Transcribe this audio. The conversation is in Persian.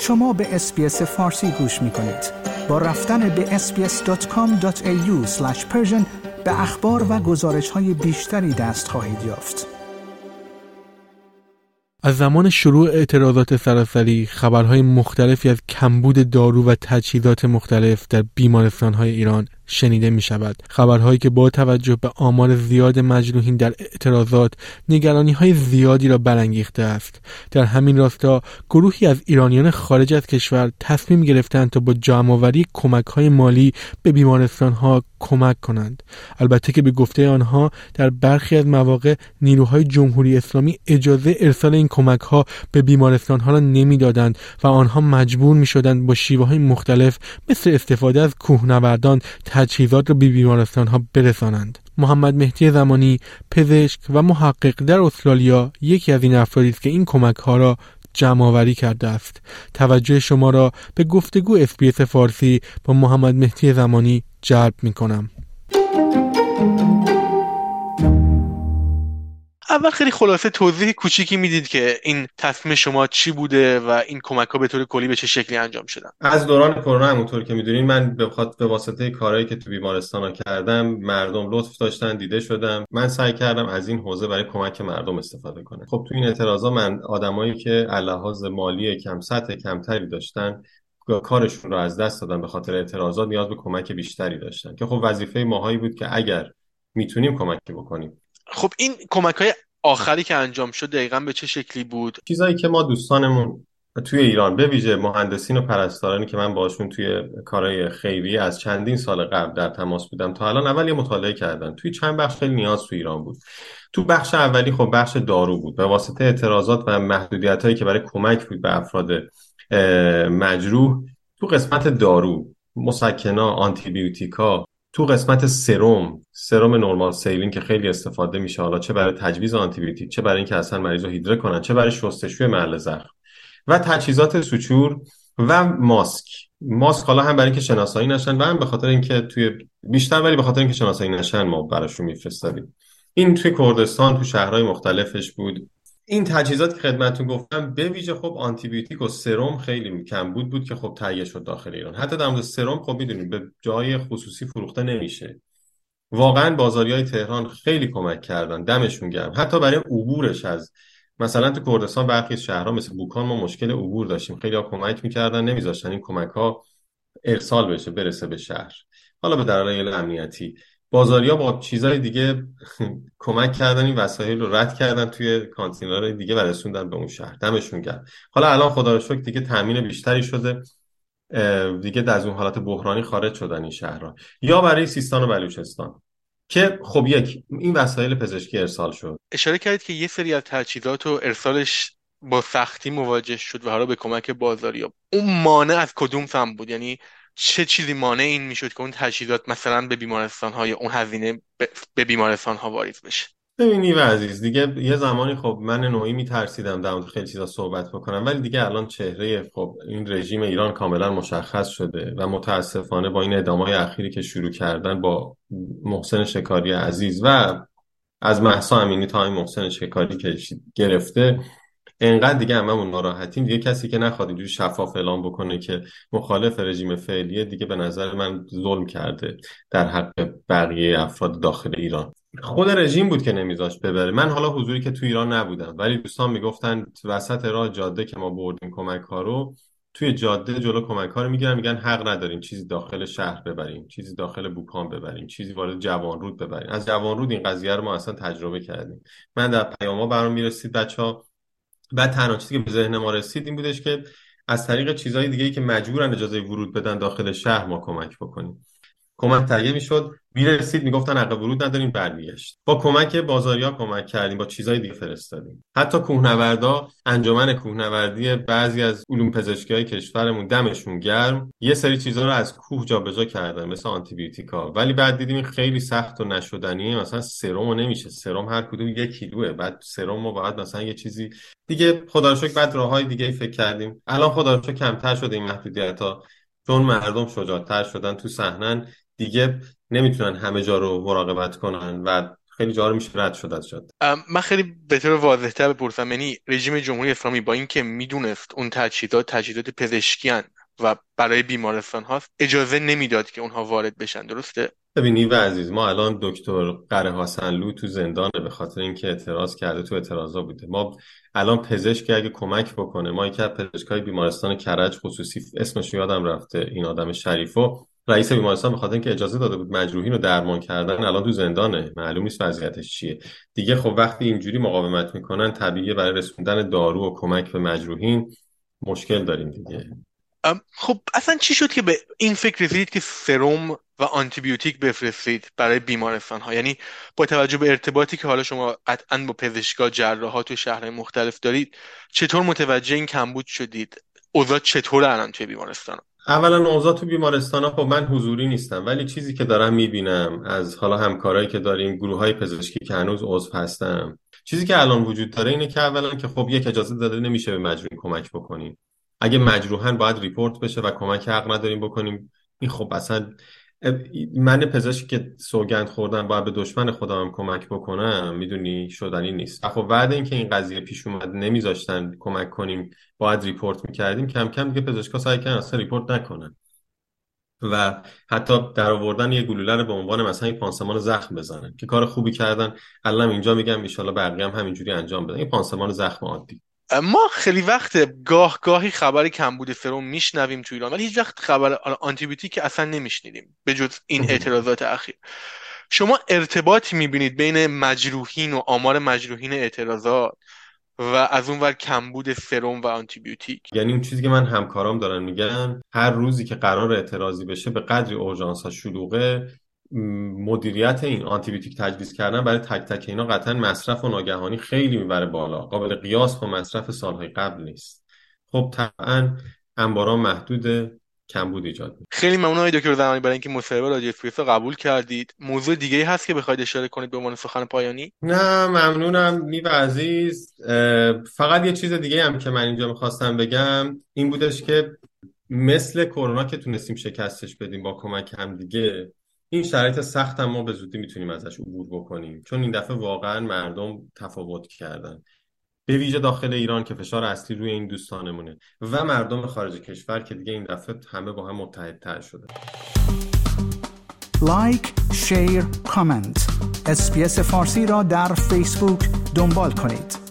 شما به اس‌بی‌اس فارسی گوش می‌کنید. با رفتن به sbs.com.au/persian به اخبار و گزارش‌های بیشتری دست خواهید یافت. از زمان شروع اعتراضات سراسری خبرهای مختلفی از کمبود دارو و تجهیزات مختلف در بیمارستان‌های ایران شنیده می شود. خبرهایی که با توجه به آمار زیاد مجروحین در اعتراضات نگرانی‌های زیادی را برانگیخته است. در همین راستا گروهی از ایرانیان خارج از کشور تصمیم گرفتند تا با جمع‌آوری کمک‌های مالی به بیمارستان‌ها کمک کنند. البته که به گفته آنها در برخی از مواقع نیروهای جمهوری اسلامی اجازه ارسال این کمک‌ها به بیمارستان‌ها را نمی‌دادند و آنها مجبور می‌شدند با شیوه‌های مختلف مثل استفاده از کوهنوردان تجهیزات را به بیمارستان‌ها برسانند. محمد مهدی زمانی، پزشک و محقق در استرالیا، یکی از این افرادی است که این کمک‌ها را جمع‌آوری کرده است. توجه شما را به گفتگو اس‌بی‌اس فارسی با محمد مهدی زمانی جلب می‌کنم. اول خیلی خلاصه توضیح کوچیکی میدید که این تصمیم شما چی بوده و این کمک‌ها به طور کلی به چه شکلی انجام شدن؟ از دوران کرونا همونطور که میدونین من به واسطه کارهایی که تو بیمارستانا کردم مردم لطف داشتن دیده شدم. من سعی کردم از این حوزه برای کمک مردم استفاده کنم. خب تو این اعتراضا من آدمایی که لحاظ مالی کم سطح کمتری داشتن کارشون رو از دست دادن به خاطر اعتراضات نیاز به کمک بیشتری داشتن که خب وظیفه ماهایی بود که اگر میتونیم کمکی بکنیم. خب این کمک‌های آخری که انجام شد دقیقاً به چه شکلی بود؟ چیزایی که ما دوستانمون توی ایران به ویژه مهندسین و پرستارانی که من باشون توی کارهای خیریه از چندین سال قبل در تماس بودم تا الان اول یه مطالعه کردن. توی چند بخش خیلی نیاز تو ایران بود. تو بخش اولی خب بخش دارو بود. به واسطه اعتراضات و محدودیتایی که برای کمک بود به افراد مجروح تو قسمت دارو، مسکنات، آنتی بیوتیکا، تو قسمت سرم نورمال سیلین که خیلی استفاده میشه حالا چه برای تجویز آنتی بیوتیک، چه برای اینکه اصلا مریض رو هیدره کنن، چه برای شستشوی محل زخم و تجهیزات سوچور و ماسک حالا هم برای اینکه شناسایی نشن و هم به خاطر اینکه ولی به خاطر اینکه شناسایی نشن ما براشون میفرستادیم. این توی کردستان تو شهرهای مختلفش بود. این تجهیزات که خدمتتون گفتم به ویژه خب آنتی بیوتیک و سرم خیلی کم بود که خب تهیه شد داخل ایران. حتی در مورد سرم خب میدونید به جای خصوصی فروخته نمیشه. واقعا بازاریای تهران خیلی کمک کردن، دمشون گرم. حتی برای عبورش از مثلا تو کردستان برخی از شهرها مثل بوکان ما مشکل عبور داشتیم، خیلی‌ها کمک می‌کردن نمیذاشتن این کمک‌ها ارسال بشه برسه به شهر. حالا به دلایل امنیتی بازاریا با چیزای دیگه کمک کردن این وسایل رو رد کردن توی کانتینرهای دیگه و رسوندن به اون شهر. دمشون گرم. حالا الان خدا رو شکر دیگه تامین بیشتری شده، دیگه از اون حالت بحرانی خارج شدن این شهرها. یا برای سیستان و بلوچستان که خب این وسایل پزشکی ارسال شد. اشاره کردید که یه سری از تجهیزات و ارسالش با سختی مواجه شد و حالا به کمک بازاریا. اون مانع از کدوم سمت بود؟ یعنی چه چیزی مانع این میشد که اون تجهیزات مثلا به بیمارستان‌ها یا اون هزینه به بیمارستان‌ها واریز بشه؟ ببینی و عزیز دیگه یه زمانی خب من نوعی میترسیدم در مورد خیلی چیزا صحبت بکنم، ولی دیگه الان چهره خب این رژیم ایران کاملا مشخص شده و متاسفانه با این اعدام‌های اخیری که شروع کردن با محسن شکاری عزیز و از مهسا امینی تا این محسن شکاری که گرفته انقدر دیگه هممون ناراحتیم. دیگه کسی که نخواد اینجوری شفاف اعلام بکنه که مخالف رژیم فعلیه دیگه به نظر من ظلم کرده در حق بقیه افراد داخل ایران. خود رژیم بود که نمیذاشت ببره. من حالا حضوری که تو ایران نبودم ولی دوستان میگفتن وسط راه جاده که ما بردیم کمک‌ها رو، توی جاده جلو کمک‌ها رو میگن حق ندارین چیزی داخل شهر ببرین، چیزی داخل بوکان ببرین، چیزی وارد جوانرود ببرین. از جوانرود این قضیه رو ما اصلا تجربه کردیم. من در پیام‌ها برام میرسید بچه‌ها، بعد تنها چیزی که به ذهن ما رسید این بودش که از طریق چیزهای دیگه‌ای که مجبورن اجازه ورود بدن داخل شهر ما کمک بکنیم. کمک تهیه میشد، میرسید میگفتن حق ورود نداریم، برمیگشت. با کمک بازاریا کمک کردیم، با چیزای دیگه فرستادیم. حتی کوهنوردا، انجمن کوهنوردی بعضی از علوم پزشکیای کشورمون دمشون گرم یه سری چیزا رو از کوه جابجا کردن مثل آنتی بیوتیکا، ولی بعد دیدیم خیلی سخت و نشدنیه. مثلا سرم نمیشه، سرم هر کدوم 1 کیلوه، بعد سرم ما باید مثلا یه چیزی دیگه. خدا رو شکر بعد راههای دیگه فکر کردیم. الان خدا رو شکر کمتر شده این محدودیت‌ها، چون مردم شجاعتر شدن، تو صحنن دیگه نمیتونن همه جا رو مراقبت کنن و خیلی جا رو میشه رد شد از جاده. من خیلی به طور واضح‌تر بپرسم، یعنی رژیم جمهوری اسلامی با اینکه میدونست اون تجهیزات پزشکی ان و برای بیمارستان هاست، اجازه نمیداد که اونها وارد بشن، درسته؟ ببینی و عزیز، ما الان دکتر قره حسنلو تو زندانه به خاطر اینکه اعتراض کرده، تو اعتراضا بوده. ما الان پزشکی اگه کمک بکنه، ما یکی از پزشکای بیمارستان کرج خصوصی، اسمش یادم رفته، این آدم شریفو، رئیس بیمارستان، به خاطر اینکه اجازه داده بود مجروحین رو درمان کردن، الان تو زندانه، معلوم نیست وضعیتش چیه دیگه. خب وقتی اینجوری مقاومت میکنن، طبیعیه برای رسوندن دارو و کمک به مجروحین مشکل داریم دیگه. خب اصلا چی شد که به این فکر رسیدید که سرم و آنتیبیوتیک بفرستید برای بیمارستان ها؟ یعنی با توجه به ارتباطی که حالا شما قطعا با پزشکا، جراحا تو شهرهای مختلف دارید، چطور متوجه این کمبود شدید؟ اوضاع چطوره الان توی بیمارستان؟ اولا اوضاع تو بیمارستان خب من حضوری نیستم، ولی چیزی که دارم میبینم از حالا همکارایی که داریم، گروه های پزشکی که هنوز عضو هستم، چیزی که الان وجود داره اینه که اولا که خب یک اجازه داده نمیشه به مجروح کمک بکنیم. اگه مجروحن باید ریپورت بشه و کمک حق نداریم بکنیم. این خب اصلا من پزشکی که سوگند خوردم باید به دشمن خودم کمک بکنم، میدونی شدنی نیست. خب بعد اینکه این قضیه پیش اومد نمیذاشتن کمک کنیم، باید ریپورت میکردیم، کم کم دیگه پزشکا سعی کردن اصلا ریپورت نکنن و حتی در آوردن یه گلوله رو به عنوان مثلا یک پانسمان زخم بزنن، که کار خوبی کردن. الان اینجا میگم ان شاءالله بقیه هم همینجوری انجام بدن، این پانسمان زخم عادی. ما خیلی وقت گاهی خبر کمبود سرم میشنویم تو ایران، ولی هیچ وقت خبر آنتیبیوتیک اصلا نمیشنیدیم به جز این اعتراضات اخیر. شما ارتباطی میبینید بین مجروحین و آمار مجروحین اعتراضات و از اون ور کمبود سرم و آنتیبیوتیک؟ یعنی اون چیزی که من همکارام دارن میگن، هر روزی که قرار اعتراضی بشه به قدری اورژانس ها شلوغه، مدیریت این آنتیبیوتیک تجویز کردن برای تک تک اینا قطعا مصرف و ناگهانی خیلی میبره بالا، قابل قیاس با مصرف سالهای قبل نیست. خب طبعا انبارا محدود، کمبود ایجاد میشه. خیلی ممنون آقای دکتر زمانی برای اینکه مصاحبه رادیو اسپرسو قبول کردید. موضوع دیگه‌ای هست که بخواید اشاره کنید به عنوان سخن پایانی؟ نه ممنونم نیو عزیز. فقط یه چیز دیگه هم که من اینجا میخواستم بگم این بودش که مثل کرونا که تونستیم شکستش بدیم با کمک هم دیگه، این شرایط سخت هم ما به زودی میتونیم ازش عبور بکنیم، چون این دفعه واقعا مردم تفاوت کردن، به ویژه داخل ایران که فشار اصلی روی این دوستانمونه، و مردم خارج کشور که دیگه این دفعه همه با هم متحدتر شده. لایک، شیر، کامنت. اسپیس فارسی را در فیسبوک دنبال کنید.